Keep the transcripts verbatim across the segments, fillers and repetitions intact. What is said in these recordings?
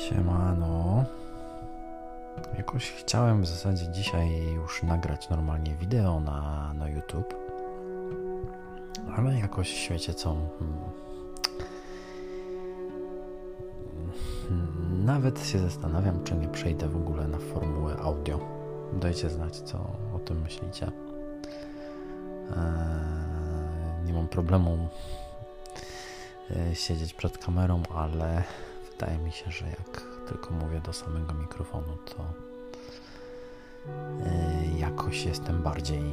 Siemano. Jakoś chciałem w zasadzie dzisiaj już nagrać normalnie wideo na, na YouTube, ale jakoś w świecie co... Hmm, nawet się zastanawiam, czy nie przejdę w ogóle na formułę audio. Dajcie znać, co o tym myślicie. Eee, nie mam problemu e, siedzieć przed kamerą, ale wydaje mi się, że jak tylko mówię do samego mikrofonu, to e, jakoś jestem bardziej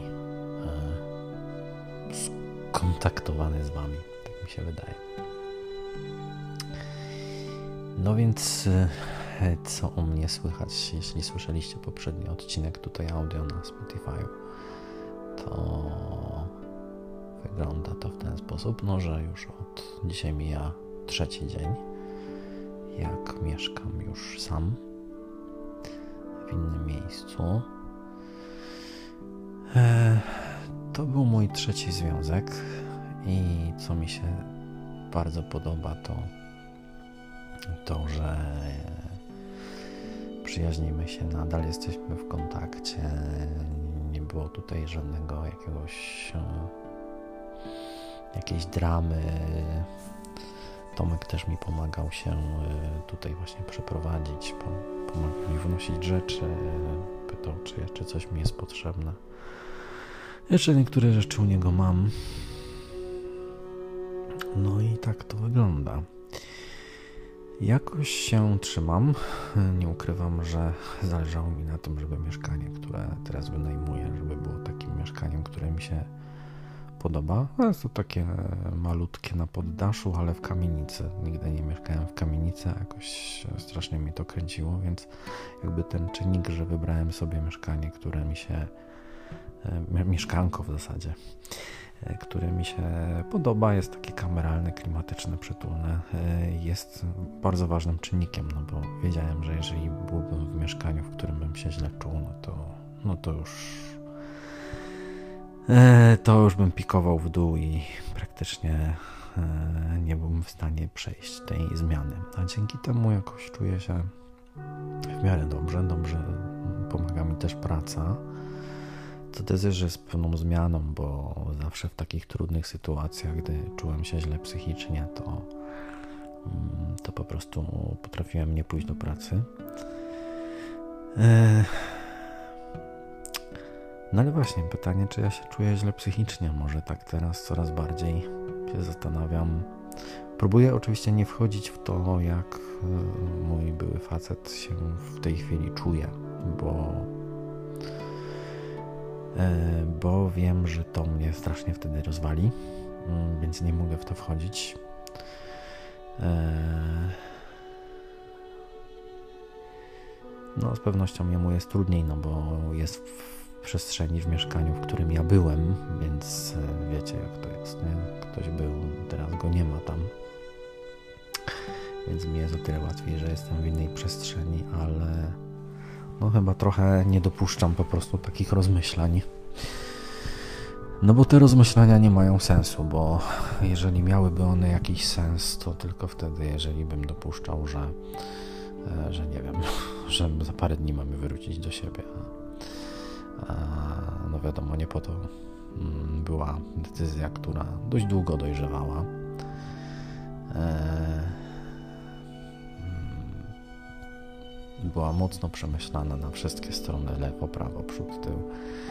e, skontaktowany z wami. Tak mi się wydaje. No więc e, co o mnie słychać? Jeśli słyszeliście poprzedni odcinek tutaj audio na Spotify, to wygląda to w ten sposób, no że już od dzisiaj mija trzeci dzień, jak mieszkam już sam w innym miejscu. E, to był mój trzeci związek i co mi się bardzo podoba, to to, że przyjaźnimy się, nadal jesteśmy w kontakcie, nie było tutaj żadnego jakiegoś jakiejś dramy. Tomek też mi pomagał się tutaj właśnie przeprowadzić, pomagał mi wnosić rzeczy, pytał, czy jeszcze coś mi jest potrzebne. Jeszcze niektóre rzeczy u niego mam. No i tak to wygląda. Jakoś się trzymam. Nie ukrywam, że zależało mi na tym, żeby mieszkanie, które teraz wynajmuję, żeby było takim mieszkaniem, które mi się podoba. Jest to takie malutkie na poddaszu, ale w kamienicy. Nigdy nie mieszkałem w kamienicy, a jakoś strasznie mi to kręciło, więc jakby ten czynnik, że wybrałem sobie mieszkanie, które mi się... mieszkanko w zasadzie, które mi się podoba, jest takie kameralne, klimatyczne, przytulne, jest bardzo ważnym czynnikiem, no bo wiedziałem, że jeżeli byłbym w mieszkaniu, w którym bym się źle czuł, no to, no to już to już bym pikował w dół i praktycznie nie byłbym w stanie przejść tej zmiany, a dzięki temu jakoś czuję się w miarę dobrze, dobrze pomaga mi też praca, co też jest pewną zmianą, bo zawsze w takich trudnych sytuacjach, gdy czułem się źle psychicznie, to, to po prostu potrafiłem nie pójść do pracy. No ale właśnie, pytanie, czy ja się czuję źle psychicznie? Może tak teraz coraz bardziej się zastanawiam. Próbuję oczywiście nie wchodzić w to, jak mój były facet się w tej chwili czuje, bo bo wiem, że to mnie strasznie wtedy rozwali, więc nie mogę w to wchodzić. No z pewnością jemu jest trudniej, no bo jest w przestrzeni, w mieszkaniu, w którym ja byłem, więc wiecie, jak to jest, nie? Ktoś był, teraz go nie ma tam, więc mi jest o tyle łatwiej, że jestem w innej przestrzeni, ale no chyba trochę nie dopuszczam po prostu takich rozmyślań. No bo te rozmyślania nie mają sensu, bo jeżeli miałyby one jakiś sens, to tylko wtedy, jeżeli bym dopuszczał, że, że nie wiem, że za parę dni mamy wrócić do siebie. A, no wiadomo, nie po to była decyzja, która dość długo dojrzewała. Była mocno przemyślana na wszystkie strony, lewo, prawo, przód, tył.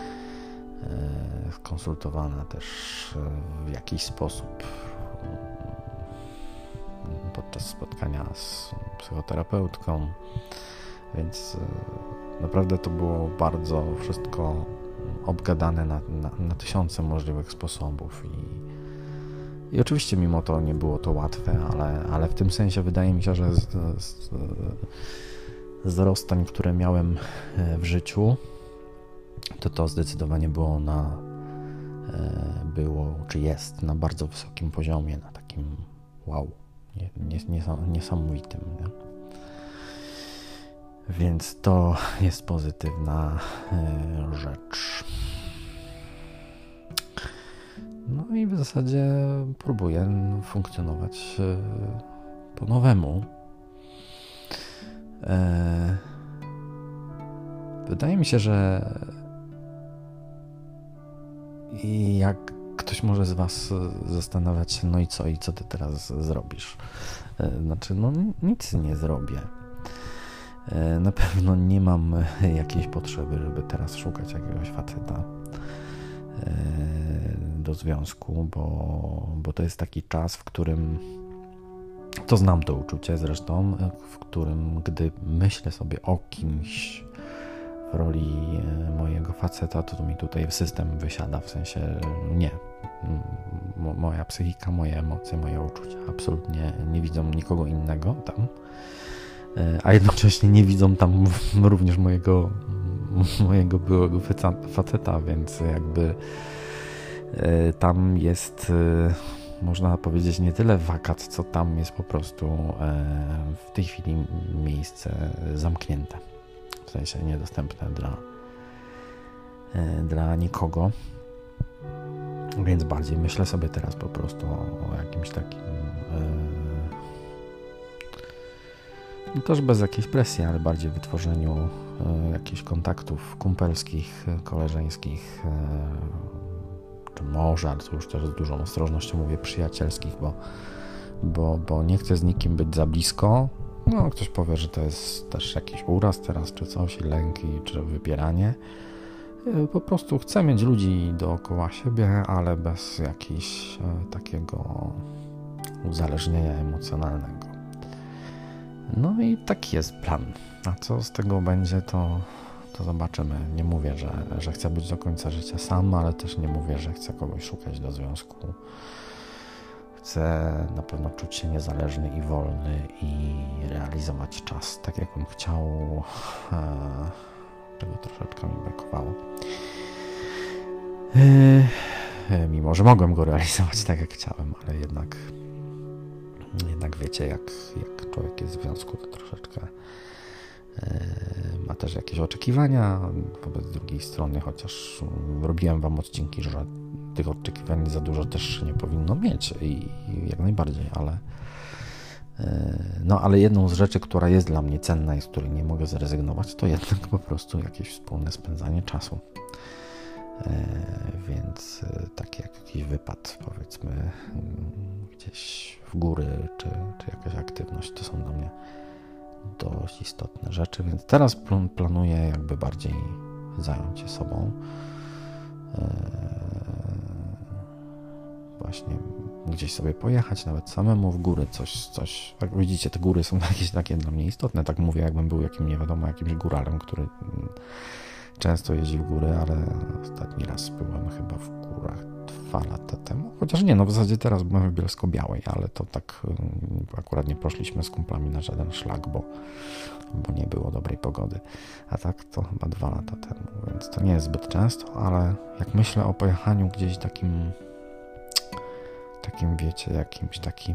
Skonsultowana też w jakiś sposób podczas spotkania z psychoterapeutką, więc naprawdę to było bardzo wszystko obgadane na, na, na tysiące możliwych sposobów i, i oczywiście mimo to nie było to łatwe, ale, ale w tym sensie wydaje mi się, że z, z, z rozstań, które miałem w życiu, to to zdecydowanie było na było, czy jest na bardzo wysokim poziomie, na takim wow, nie, nie, niesamowitym, nie? Więc to jest pozytywna rzecz. No i w zasadzie próbuję funkcjonować po nowemu. E, wydaje mi się, że jak ktoś może z was zastanawiać się, no i co, i co ty teraz zrobisz? E, znaczy, no nic nie zrobię. E, na pewno nie mam jakiejś potrzeby, żeby teraz szukać jakiegoś faceta do związku, bo, bo to jest taki czas, w którym to znam to uczucie zresztą, w którym gdy myślę sobie o kimś w roli mojego faceta, to mi tutaj system wysiada, w sensie nie. Moja psychika, moje emocje, moje uczucia absolutnie nie widzą nikogo innego tam, a jednocześnie nie widzą tam również mojego mojego byłego faceta, więc jakby tam jest, można powiedzieć, nie tyle wakat, co tam jest po prostu w tej chwili miejsce zamknięte, w sensie niedostępne dla, dla nikogo, więc bardziej myślę sobie teraz po prostu o jakimś takim no też bez jakiejś presji, ale bardziej wytworzeniu e, jakichś kontaktów kumpelskich, koleżeńskich, e, czy może, ale to już też z dużą ostrożnością mówię, przyjacielskich, bo, bo, bo nie chcę z nikim być za blisko. No, ktoś powie, że to jest też jakiś uraz teraz, czy coś, lęki, czy wypieranie. E, po prostu chcę mieć ludzi dookoła siebie, ale bez jakiegoś e, takiego uzależnienia emocjonalnego. No i taki jest plan. A co z tego będzie, to, to zobaczymy. Nie mówię, że, że chcę być do końca życia sam, ale też nie mówię, że chcę kogoś szukać do związku. Chcę na pewno czuć się niezależny i wolny i realizować czas tak, jak bym chciał, czego troszeczkę mi brakowało. Mimo, że mogłem go realizować tak, jak chciałem, ale jednak Jednak wiecie, jak, jak człowiek jest w związku, to troszeczkę yy, ma też jakieś oczekiwania wobec drugiej strony, chociaż robiłem wam odcinki, że tych oczekiwań za dużo też nie powinno mieć i, i jak najbardziej, ale yy, no ale jedną z rzeczy, która jest dla mnie cenna i z której nie mogę zrezygnować, to jednak po prostu jakieś wspólne spędzanie czasu. Yy, więc yy, tak jak jakiś wypad, powiedzmy, yy, gdzieś w góry, czy, czy jakaś aktywność, to są dla mnie dość istotne rzeczy, więc teraz plan, planuję jakby bardziej zająć się sobą. Yy, właśnie gdzieś sobie pojechać, nawet samemu w góry, coś, coś, jak widzicie, te góry są jakieś takie dla mnie istotne, tak mówię, jakbym był jakim, nie wiadomo, jakimś góralem, który często jeździ w góry, ale ostatni raz byłem chyba w górach dwa lata temu. Chociaż nie, no w zasadzie teraz byłem w Bielsko-Białej, ale to tak akurat nie poszliśmy z kumplami na żaden szlak, bo, bo nie było dobrej pogody. A tak to chyba dwa lata temu, więc to nie jest zbyt często, ale jak myślę o pojechaniu gdzieś takim takim, wiecie, jakimś takim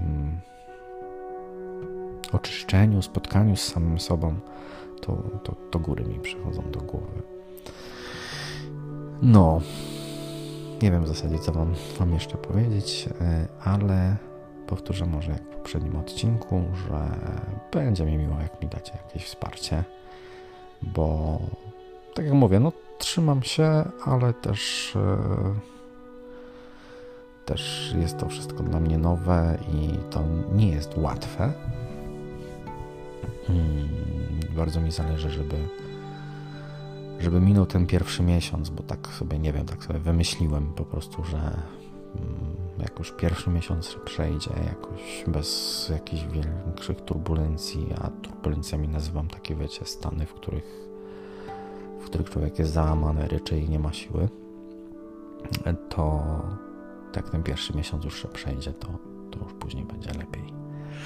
oczyszczeniu, spotkaniu z samym sobą, to, to, to góry mi przychodzą do głowy. No, nie wiem w zasadzie, co wam, wam jeszcze powiedzieć, ale powtórzę może jak w poprzednim odcinku, że będzie mi miło, jak mi dacie jakieś wsparcie, bo tak jak mówię, no trzymam się, ale też też jest to wszystko dla mnie nowe i to nie jest łatwe. Hmm, bardzo mi zależy, żeby żeby minął ten pierwszy miesiąc, bo tak sobie, nie wiem, tak sobie wymyśliłem po prostu, że jak już pierwszy miesiąc przejdzie jakoś bez jakichś większych turbulencji, a turbulencjami nazywam takie, wiecie, stany, w których w których człowiek jest załamany, ryczy i nie ma siły, to jak ten pierwszy miesiąc już się przejdzie, to, to już później będzie lepiej.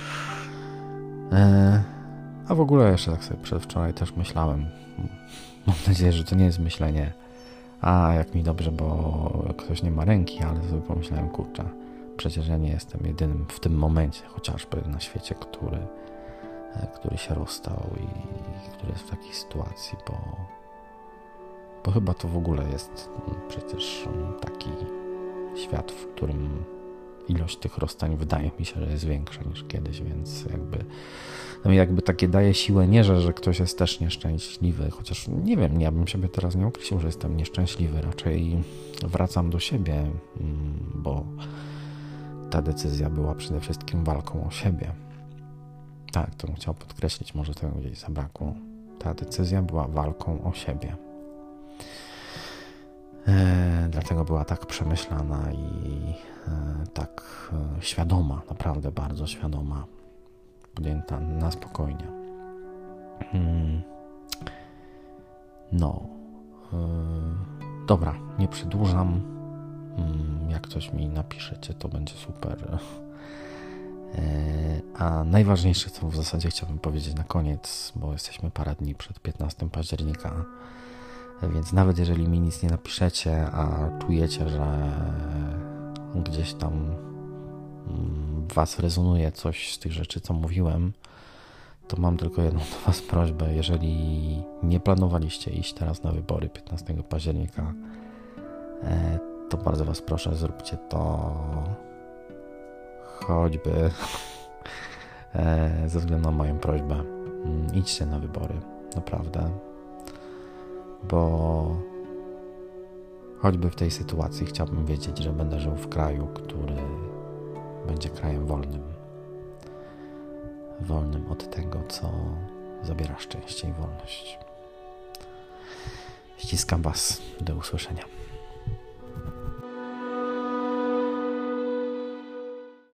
Eee, a w ogóle jeszcze tak sobie przedwczoraj też myślałem, mam nadzieję, że to nie jest myślenie, a jak mi dobrze, bo ktoś nie ma ręki, ale sobie pomyślałem, kurczę, przecież ja nie jestem jedynym w tym momencie chociażby na świecie, który, który się rozstał i który jest w takiej sytuacji, bo, bo chyba to w ogóle jest przecież taki świat, w którym ilość tych rozstań wydaje mi się, że jest większa niż kiedyś, więc jakby no jakby takie daje siłę, nie, że, że ktoś jest też nieszczęśliwy, chociaż nie wiem, ja bym siebie teraz nie określił, że jestem nieszczęśliwy, raczej wracam do siebie, bo ta decyzja była przede wszystkim walką o siebie. Tak, to bym chciał podkreślić, może tego gdzieś zabrakło. Ta decyzja była walką o siebie. E, dlatego była tak przemyślana i e, tak e, świadoma, naprawdę bardzo świadoma, podjęta na spokojnie. Hmm. No. E, dobra, nie przedłużam. Hmm, jak coś mi napiszecie, to będzie super. A najważniejsze, co w zasadzie chciałbym powiedzieć na koniec, bo jesteśmy parę dni przed piętnastego października, więc nawet jeżeli mi nic nie napiszecie, a czujecie, że gdzieś tam w was rezonuje coś z tych rzeczy, co mówiłem, to mam tylko jedną do was prośbę. Jeżeli nie planowaliście iść teraz na wybory piętnastego października, to bardzo was proszę, zróbcie to choćby ze względu na moją prośbę. Idźcie na wybory, naprawdę, bo choćby w tej sytuacji chciałbym wiedzieć, że będę żył w kraju, który będzie krajem wolnym. Wolnym od tego, co zabiera szczęście i wolność. Ściskam was. Do usłyszenia.